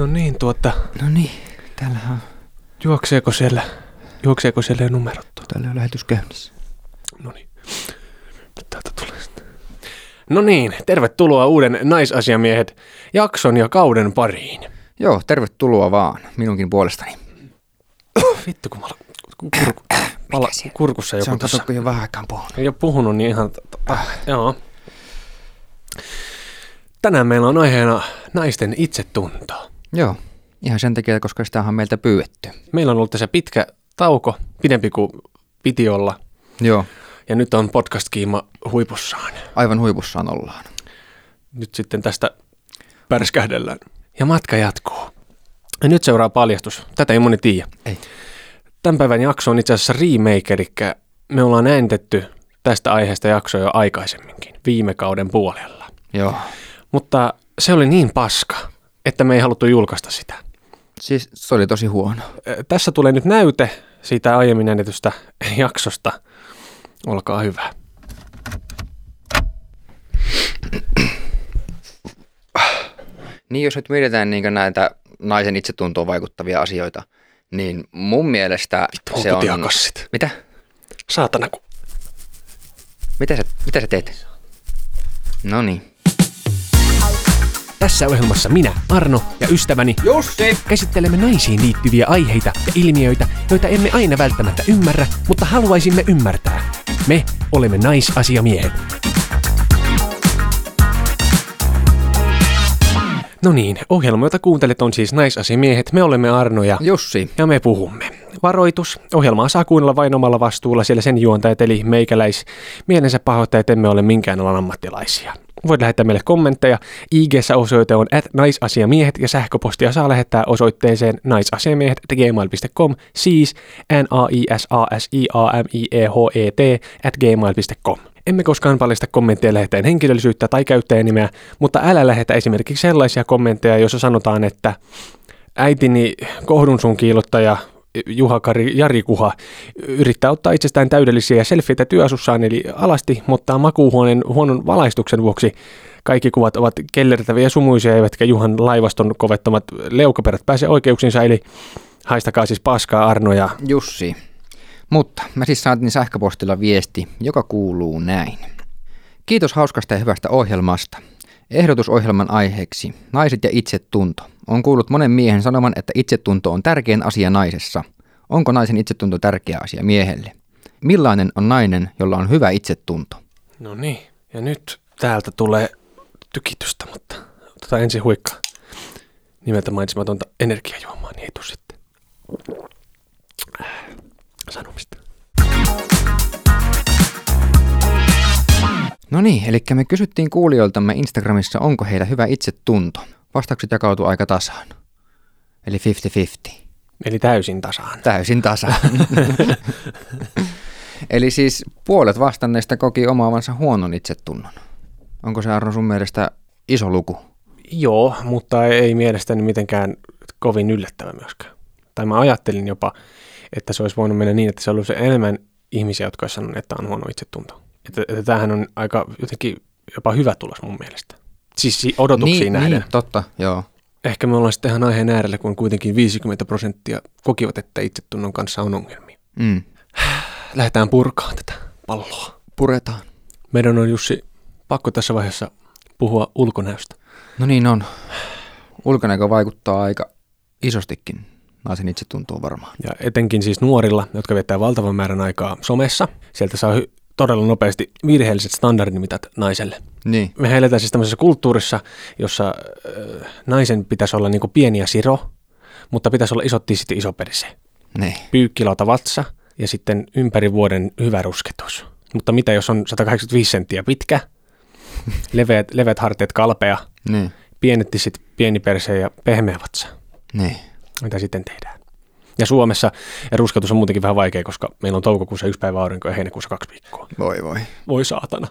No niin, No niin, täällähän on. Juokseeko siellä jo numerot? Täällä on lähetys käynnissä. No niin. Täältä tulee sitten. No niin, tervetuloa uuden Naisasiamiehet jakson ja kauden pariin. Joo, tervetuloa vaan minunkin puolestani. Vittu kun kurkussa joku tässä. Se on katsottu jo vähän aikaan puhunut. Ei ole puhunut niin ihan... Joo. Tänään meillä on aiheena naisten itsetunto. Joo, ihan sen takia, koska sitä on meiltä pyydetty. Meillä on ollut tässä pitkä tauko, pidempi kuin piti olla. Joo. Ja nyt on podcast-kiima huipussaan. Aivan huipussaan ollaan. Nyt sitten tästä pärskähdellään. Ja matka jatkuu. Ja nyt seuraa paljastus. Tätä ei moni tiedä. Ei. Tämän päivän jakso on itse asiassa remake, eli me ollaan äänitetty tästä aiheesta jaksoa jo aikaisemminkin, viime kauden puolella. Joo. Mutta se oli niin paska, että me ei haluttu julkaista sitä. Siis se oli tosi huono. Tässä tulee nyt näyte siitä aiemmin äänitystä jaksosta. Olkaa hyvä. Niin, jos nyt mietitään niin näitä naisen itsetuntoon vaikuttavia asioita, niin mun mielestä se on... Kassit. Mitä? Saatana. Mitä sä teet? No niin. Tässä ohjelmassa minä, Arno ja ystäväni Jussi käsittelemme naisiin liittyviä aiheita ja ilmiöitä, joita emme aina välttämättä ymmärrä, mutta haluaisimme ymmärtää. Me olemme naisasiamiehet. No niin, ohjelma, jota kuuntelet, on siis Naisasiamiehet. Me olemme Arno ja Jussi. Ja me puhumme. Varoitus. Ohjelmaa saa kuunnella vain omalla vastuulla, siellä sen juontajat eli meikäläis mielensä pahoittajat emme ole minkään alan ammattilaisia. Voit lähettää meille kommentteja. IG:ssä osoite on @naisasiamiehet ja sähköpostia saa lähettää osoitteeseen naisasiamiehet@gmail.com, siis naisasiamiehet@gmail.com. Emme koskaan paljasta kommenttien lähettäjän henkilöllisyyttä tai käyttäjänimeä, mutta älä lähetä esimerkiksi sellaisia kommentteja, joissa sanotaan, että äitini kohdunsuun kiillottaja Juha-Kari Jarikuha yrittää ottaa itsestään täydellisiä selfieitä työasussaan eli alasti, mutta makuuhuoneen huonon valaistuksen vuoksi kaikki kuvat ovat kellertäviä ja sumuisia, eivätkä Juhan laivaston kovettomat leukaperät pääse oikeuksiinsa, eli haistakaa siis paskaa Arno ja Jussi. Mutta mä siis saatiin sähköpostilla viesti, joka kuuluu näin. Kiitos hauskasta ja hyvästä ohjelmasta. Ehdotus ohjelman aiheeksi. Naiset ja itsetunto. On kuullut monen miehen sanoman, että itsetunto on tärkein asia naisessa. Onko naisen itsetunto tärkeä asia miehelle? Millainen on nainen, jolla on hyvä itsetunto? No niin, ja nyt täältä tulee tykitystä, mutta ensin huikkaa nimeltä mainitsematonta energiajuomaa, niin ei tule sitten sanomista. No niin, eli me kysyttiin kuulijoiltamme Instagramissa, onko heillä hyvä itsetunto. Vastaukset jakautuu aika tasaan. Eli 50-50. Eli täysin tasaan. Täysin tasaan. Eli siis puolet vastanneista koki omaavansa huonon itsetunnon. Onko se, Arno, sun mielestä iso luku? Joo, mutta ei mielestäni mitenkään kovin yllättävä myöskään. Tai mä ajattelin jopa, että se olisi voinut mennä niin, että se olisi enemmän ihmisiä, jotka olisivat sanoneet, että on huono itsetunto. Että tämähän on aika jotenkin jopa hyvä tulos mun mielestä. Siis odotuksiin nähden. Niin, totta, joo. Ehkä me ollaan sitten ihan aiheen äärellä, kun kuitenkin 50% kokivat, että itsetunnon kanssa on ongelmia. Lähdetään purkaan tätä palloa. Puretaan. Meidän on, Jussi, pakko tässä vaiheessa puhua ulkonäöstä. No niin on. Ulkonäkö vaikuttaa aika isostikin naisen itsetuntoon varmaan. Ja etenkin siis nuorilla, jotka viettää valtavan määrän aikaa somessa. Sieltä saa todella nopeasti virheelliset standardimitat naiselle. Niin. Me eletään siis tämmöisessä kulttuurissa, jossa naisen pitäisi olla niinku pieni ja siro, mutta pitäisi olla isot tissit ja iso perise. Niin. Pyykkilauta vatsa ja sitten ympäri vuoden hyvä rusketus. Mutta mitä jos on 185 senttiä pitkä, leveät harteet kalpea, Niin. pienet tissit, pieni perse ja pehmeä vatsa? Niin. Mitä sitten tehdään? Ja Suomessa rusketus on muutenkin vähän vaikea, koska meillä on toukokuussa 1 päivä aurinko ja heinäkuussa 2 viikkoa. Voi. Voi saatana.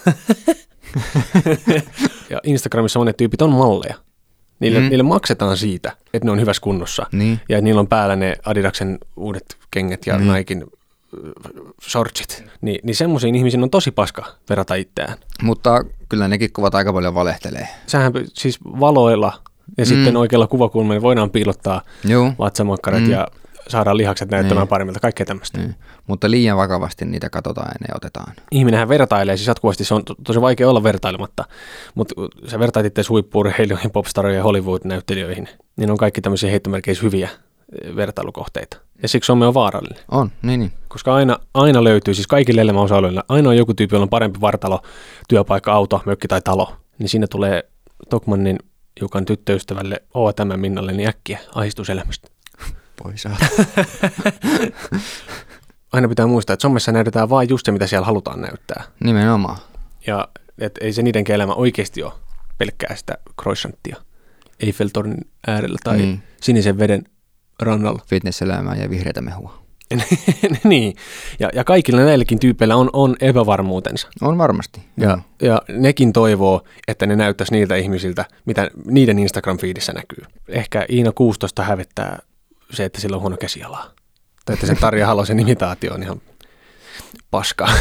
Ja Instagramissa monet tyypit on malleja. Niille maksetaan siitä, että ne on hyvässä kunnossa. Niin. Ja niillä on päällä ne Adidaksen uudet kengät ja Niken shortsit. Niin semmoisiin ihmisiin on tosi paska verrata itseään. Mutta kyllä nekin kuvat aika paljon valehtelee. Sähän siis valoilla Ja sitten oikealla kuvakulmalla voidaan piilottaa vatsamakkarat ja saadaan lihakset näyttämään paremmilta, kaikkea tämmöistä. Mutta liian vakavasti niitä katsotaan ja ne otetaan. Ihminenhän vertailee, siis jatkuvasti se on tosi vaikea olla vertailematta, mutta sä vertaat itse huippu-urheilijoihin, popstaroihin ja Hollywood-näyttelijöihin, niin on kaikki tämmöisiä heittomerkeissä hyviä vertailukohteita. Ja siksi some on vaarallinen. On, niin. Koska aina löytyy, siis kaikille elämän osa-alueilla, aina on joku tyyppi, jolla on parempi vartalo, työpaikka, auto, mökki tai talo. Niin siinä tulee Tokmannin Jukan tyttöystävälle OTM Minnalle niin äkkiä ahdistuselämästä. Pois saa. Aina pitää muistaa, että somessa näytetään vain just se, mitä siellä halutaan näyttää. Nimenomaan. Ja ei se niidenkään elämä oikeasti ole pelkkää sitä croissanttia Eiffeltornin äärellä tai sinisen veden rannalla. Fitnesselämää ja vihreätä mehua. Niin, ja kaikilla näilläkin tyypeillä on epävarmuutensa. On varmasti. Ja nekin toivoo, että ne näyttäisi niiltä ihmisiltä, mitä niiden Instagram-feedissä näkyy. Ehkä Iina 16 hävettää se, että sillä on huono käsialaa. Tai että sen Tarja Halosen imitaatio on ihan paskaa.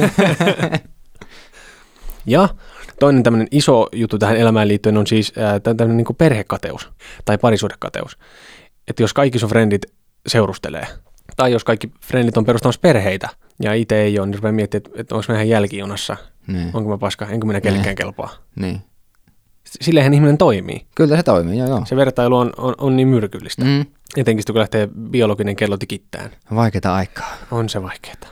Ja toinen tämmöinen iso juttu tähän elämään liittyen on siis tämmöinen niin kuin perhekateus tai parisuhdekateus. Että jos kaikki sun frendit seurustelee, tai jos kaikki frendit on perustamassa perheitä, ja itse ei ole, niin rupeaa miettimään, että onko mä ihan jälkijunassa, onko mä paska, enkö minä kellekään kelpaa. Niin. Silleenhän ihminen toimii. Kyllä se toimii, joo. Se vertailu on niin myrkyllistä. Etenkin kun lähtee biologinen kello tikittämään. Vaikeata aikaa. On se vaikeata.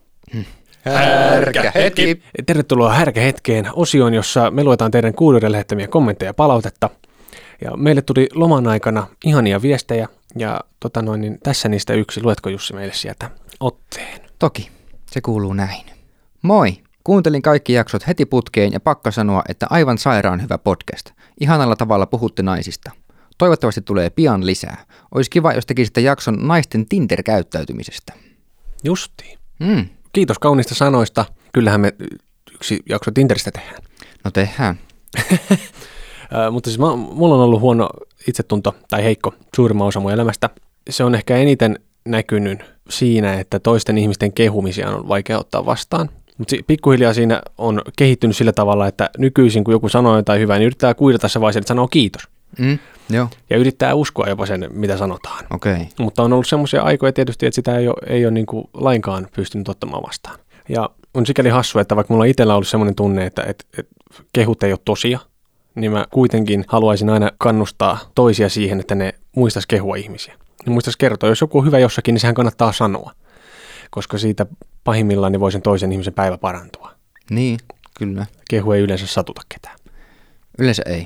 Härkähetki. Tervetuloa Härkähetkeen, osioon, jossa me luetaan teidän kuulijoiden lähettämiä kommentteja ja palautetta. Ja meille tuli loman aikana ihania viestejä, ja niin tässä niistä yksi. Luetko Jussi meille sieltä otteen? Toki, se kuuluu näin. Moi! Kuuntelin kaikki jaksot heti putkeen ja pakko sanoa, että aivan sairaan hyvä podcast. Ihanalla tavalla puhutte naisista. Toivottavasti tulee pian lisää. Olisi kiva, jos tekisitte jakson naisten Tinder-käyttäytymisestä. Justiin. Kiitos kaunista sanoista. Kyllähän me yksi jakso Tinderistä tehdään. No tehdään. Mutta siis mulla on ollut huono itsetunto tai heikko suurimman osa mun elämästä. Se on ehkä eniten näkynyt siinä, että toisten ihmisten kehumisia on vaikea ottaa vastaan. Mutta pikkuhiljaa siinä on kehittynyt sillä tavalla, että nykyisin kun joku sanoo jotain hyvää, niin yrittää kuidata se vaan, että sanoo kiitos. Joo. Ja yrittää uskoa jopa sen, mitä sanotaan. Okay. Mutta on ollut semmoisia aikoja tietysti, että sitä ei ole niin kuin lainkaan pystynyt ottamaan vastaan. Ja on sikäli hassu, että vaikka mulla itsellä on ollut semmoinen tunne, että kehut ei ole tosia, niin mä kuitenkin haluaisin aina kannustaa toisia siihen, että ne muistaisi kehua ihmisiä. Ne muistaisi kertoa, jos joku on hyvä jossakin, niin sehän kannattaa sanoa, koska siitä pahimmillaan niin voi sen toisen ihmisen päivä parantua. Niin, kyllä. Kehu ei yleensä satuta ketään. Yleensä ei.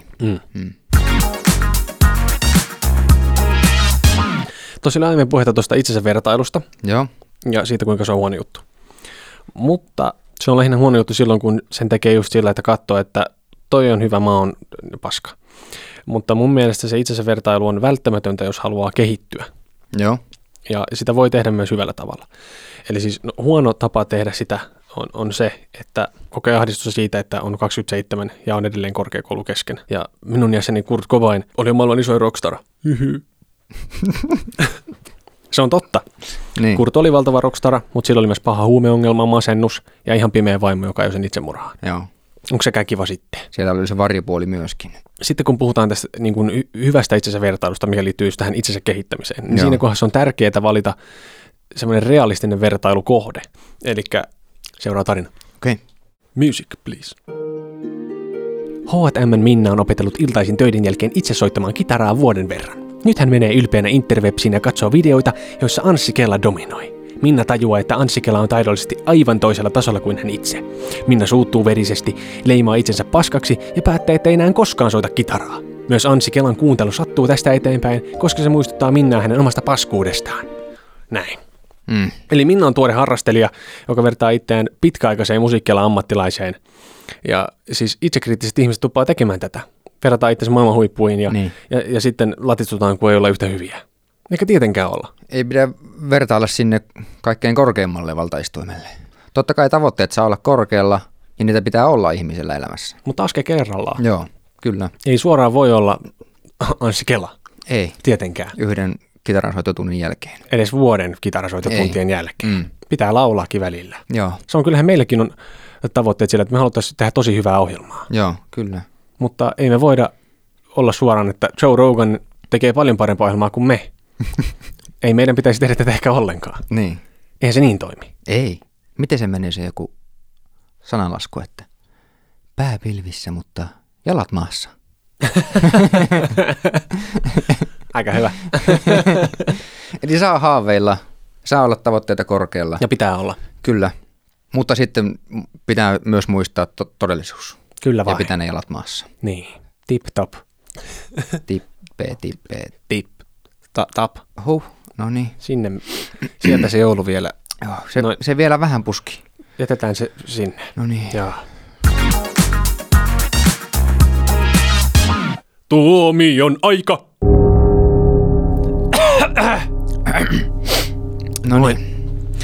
Tosiaan aiemmin puhetta tuosta itsensä vertailusta. Joo. Ja siitä, kuinka se on huono juttu. Mutta se on lähinnä huono juttu silloin, kun sen tekee just sillä, että katsoo, että toi on hyvä, mä oon paska. Mutta mun mielestä se itsensä vertailu on välttämätöntä, jos haluaa kehittyä. Joo. Ja sitä voi tehdä myös hyvällä tavalla. Eli siis huono tapa tehdä sitä on se, että kokee ahdistusta siitä, että on 27 ja on edelleen korkeakoulu kesken. Ja minun jäseni Kurt Cobain oli maailman isoin rockstara. Se on totta. Niin. Kurt oli valtava rockstara, mutta sillä oli myös paha huumeongelma, masennus ja ihan pimeä vaimo, joka ei sen itsemurhaan. Joo. Onko sekään kiva sitten? Siellä oli se varjopuoli myöskin. Sitten kun puhutaan tästä niin kuin hyvästä itsensä vertailusta, mikä liittyy tähän itsensä kehittämiseen, niin siinä kohdassa on tärkeää valita semmoinen realistinen vertailukohde. Eli seuraa tarina. Okay. Music, please. H&M Minna on opetellut iltaisin töiden jälkeen itse soittamaan kitaraa vuoden verran. Nyt hän menee ylpeänä interwebsiin ja katsoo videoita, joissa Anssi Kela dominoi. Minna tajuaa, että Anssi Kela on taidollisesti aivan toisella tasolla kuin hän itse. Minna suuttuu verisesti, leimaa itsensä paskaksi ja päättää, että ei enää koskaan soita kitaraa. Myös Anssi Kelan kuuntelu sattuu tästä eteenpäin, koska se muistuttaa Minnaa hänen omasta paskuudestaan. Näin. Eli Minna on tuore harrastelija, joka vertaa itseään pitkäaikaiseen musiikkialan ammattilaiseen. Ja siis itsekriittiset ihmiset tuppaa tekemään tätä. Verrataan itsensä maailman huippuihin ja sitten latistutaan, kun ei olla yhtä hyviä. Eikä tietenkään olla. Ei pidä vertailla sinne kaikkein korkeimmalle valtaistuimelle. Totta kai tavoitteet saa olla korkealla ja niitä pitää olla ihmisellä elämässä. Mutta askel kerrallaan. Joo, kyllä. Ei suoraan voi olla Anssi Kela. Ei. Tietenkään. Yhden kitaransoitotunnin jälkeen. Edes vuoden kitaransoitotuntien jälkeen. Pitää laulaakin välillä. Joo. Se on kyllähän meilläkin on tavoitteet sillä, että me haluttaisiin tehdä tosi hyvää ohjelmaa. Joo, kyllä. Mutta ei me voida olla suoraan, että Joe Rogan tekee paljon parempaa ohjelmaa kuin me. Ei meidän pitäisi tehdä tätä ehkä ollenkaan. Niin. Eihän se niin toimi. Ei. Miten se menee se joku sananlasku, että pää pilvissä, mutta jalat maassa? Aika hyvä. Eli saa haaveilla, saa olla tavoitteita korkealla. Ja pitää olla. Kyllä. Mutta sitten pitää myös muistaa todellisuus. Kyllä vain. Ja pitää ne jalat maassa. Niin. Tip top. Tippe. Tip. Tap. No niin. Sieltä se joulu vielä. Joo, se vielä vähän puski. Jätetään se sinne. No niin. Joo. Tuomion aika. No niin.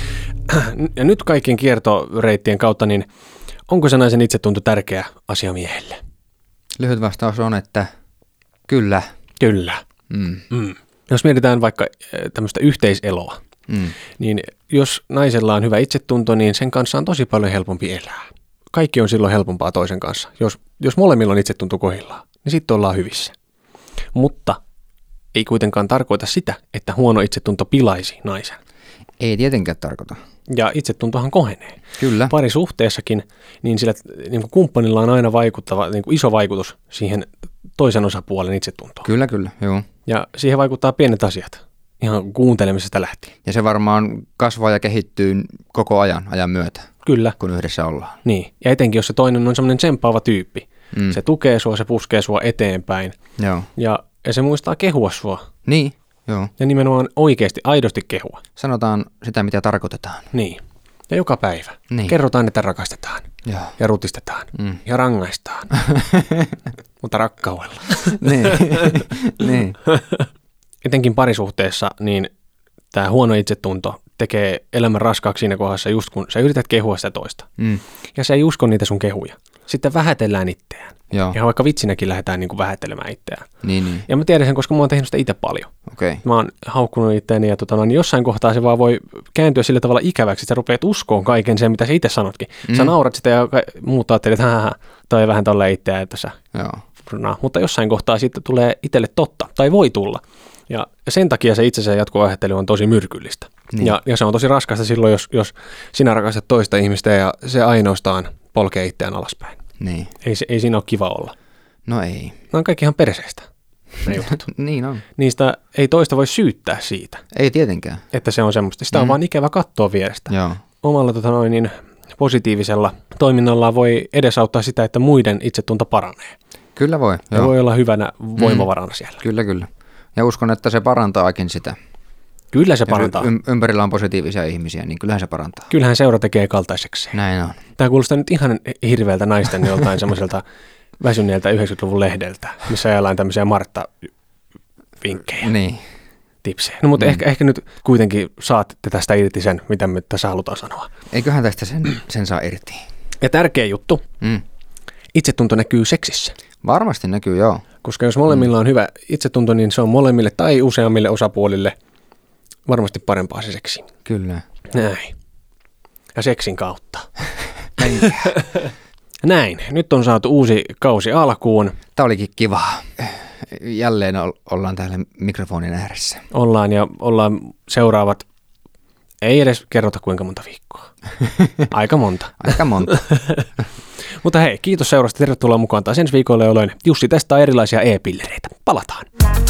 Ja nyt kaikkien kiertoreittien kautta, niin onko se naisen itsetunto tärkeä asia miehelle? Lyhyt vastaus on, että kyllä. Kyllä. Jos mietitään vaikka tämmöistä yhteiseloa, niin jos naisella on hyvä itsetunto, niin sen kanssa on tosi paljon helpompi elää. Kaikki on silloin helpompaa toisen kanssa. Jos molemmilla on itsetunto kohdillaan, niin sitten ollaan hyvissä. Mutta ei kuitenkaan tarkoita sitä, että huono itsetunto pilaisi naisen. Ei tietenkään tarkoita. Ja itsetuntohan kohenee. Kyllä. Parisuhteessakin, niin sillä niin kuin kumppanilla on aina vaikuttava, niin kuin iso vaikutus siihen toisen osapuolen itsetuntoon. Kyllä, joo. Ja siihen vaikuttaa pienet asiat, ihan kuuntelemisesta lähtien. Ja se varmaan kasvaa ja kehittyy koko ajan myötä. Kyllä. Kun yhdessä ollaan. Niin, ja etenkin jos se toinen on semmoinen tsemppaava tyyppi. Se tukee sua, se puskee sua eteenpäin. Joo. Ja se muistaa kehua sua. Niin, joo. Ja nimenomaan oikeasti, aidosti kehua. Sanotaan sitä, mitä tarkoitetaan. Niin. Ja joka päivä. Niin. Kerrotaan, että rakastetaan. Joo. Ja rutistetaan. Ja rangaistaan. Mutta rakkaudella. Niin. Etenkin parisuhteessa, niin tämä huono itsetunto tekee elämän raskaaksi siinä kohdassa, just kun sä yrität kehua sitä toista. Ja sä ei usko niitä sun kehuja. Sitten vähätellään itseään. Joo. Ja vaikka vitsinäkin lähdetään niin kuin vähättelemään itseään. Niin. Ja mä tiedän sen, koska mä oon tehnyt sitä itse paljon. Okay. Mä oon haukkunut itseäni ja niin jossain kohtaa se vaan voi kääntyä sillä tavalla ikäväksi, että sä rupeat uskoon kaiken sen, mitä sä itse sanotkin. Sä naurat sitä ja muut ajattelet, että toi vähän tolleen itseään, että sä... Joo. No, mutta jossain kohtaa sitten tulee itselle totta, tai voi tulla. Ja sen takia se itsensä jatkuva ajattelu on tosi myrkyllistä. Niin. Ja se on tosi raskasta silloin, jos sinä rakastat toista ihmistä ja se ainoastaan polkee itseään alaspäin. Niin. Ei siinä ole kiva olla. No ei. Ne on kaikki ihan perseestä. Niin on. Niistä ei toista voi syyttää siitä. Ei tietenkään. Että se on semmoista. Sitä on vaan ikävä katsoa vierestä. Joo. Omalla positiivisella toiminnallaan voi edesauttaa sitä, että muiden itsetunto paranee. Kyllä voi. Ja voi olla hyvänä voimavarana siellä. Kyllä. Ja uskon, että se parantaakin sitä. Kyllä se parantaa. Ympärillä on positiivisia ihmisiä, niin kyllähän se parantaa. Kyllähän seura tekee kaltaiseksi. Näin on. Tämä kuulostaa nyt ihan hirveältä naisten joltain semmoiselta väsyneeltä 90-luvun lehdeltä, missä ajallaan tämmöisiä Martta-vinkkejä. Niin. Tipsejä. No mutta ehkä nyt kuitenkin saatte tästä irti sen, mitä me tässä halutaan sanoa. Eiköhän tästä sen saa irti. Ja tärkeä juttu. Itsetunto näkyy seksissä. Varmasti näkyy, joo. Koska jos molemmilla on hyvä itsetunto, niin se on molemmille tai useammille osapuolille varmasti parempaa se seksi. Kyllä. Näin. Ja seksin kautta. Näin. Nyt on saatu uusi kausi alkuun. Tämä olikin kiva. Jälleen ollaan täällä mikrofonin ääressä. Ollaan seuraavat, ei edes kerrota kuinka monta viikkoa. Aika monta. Mutta hei, kiitos seurasta. Tervetuloa mukaan taas ensi viikolla, jolloin Jussi testaa erilaisia e-pillereitä. Palataan.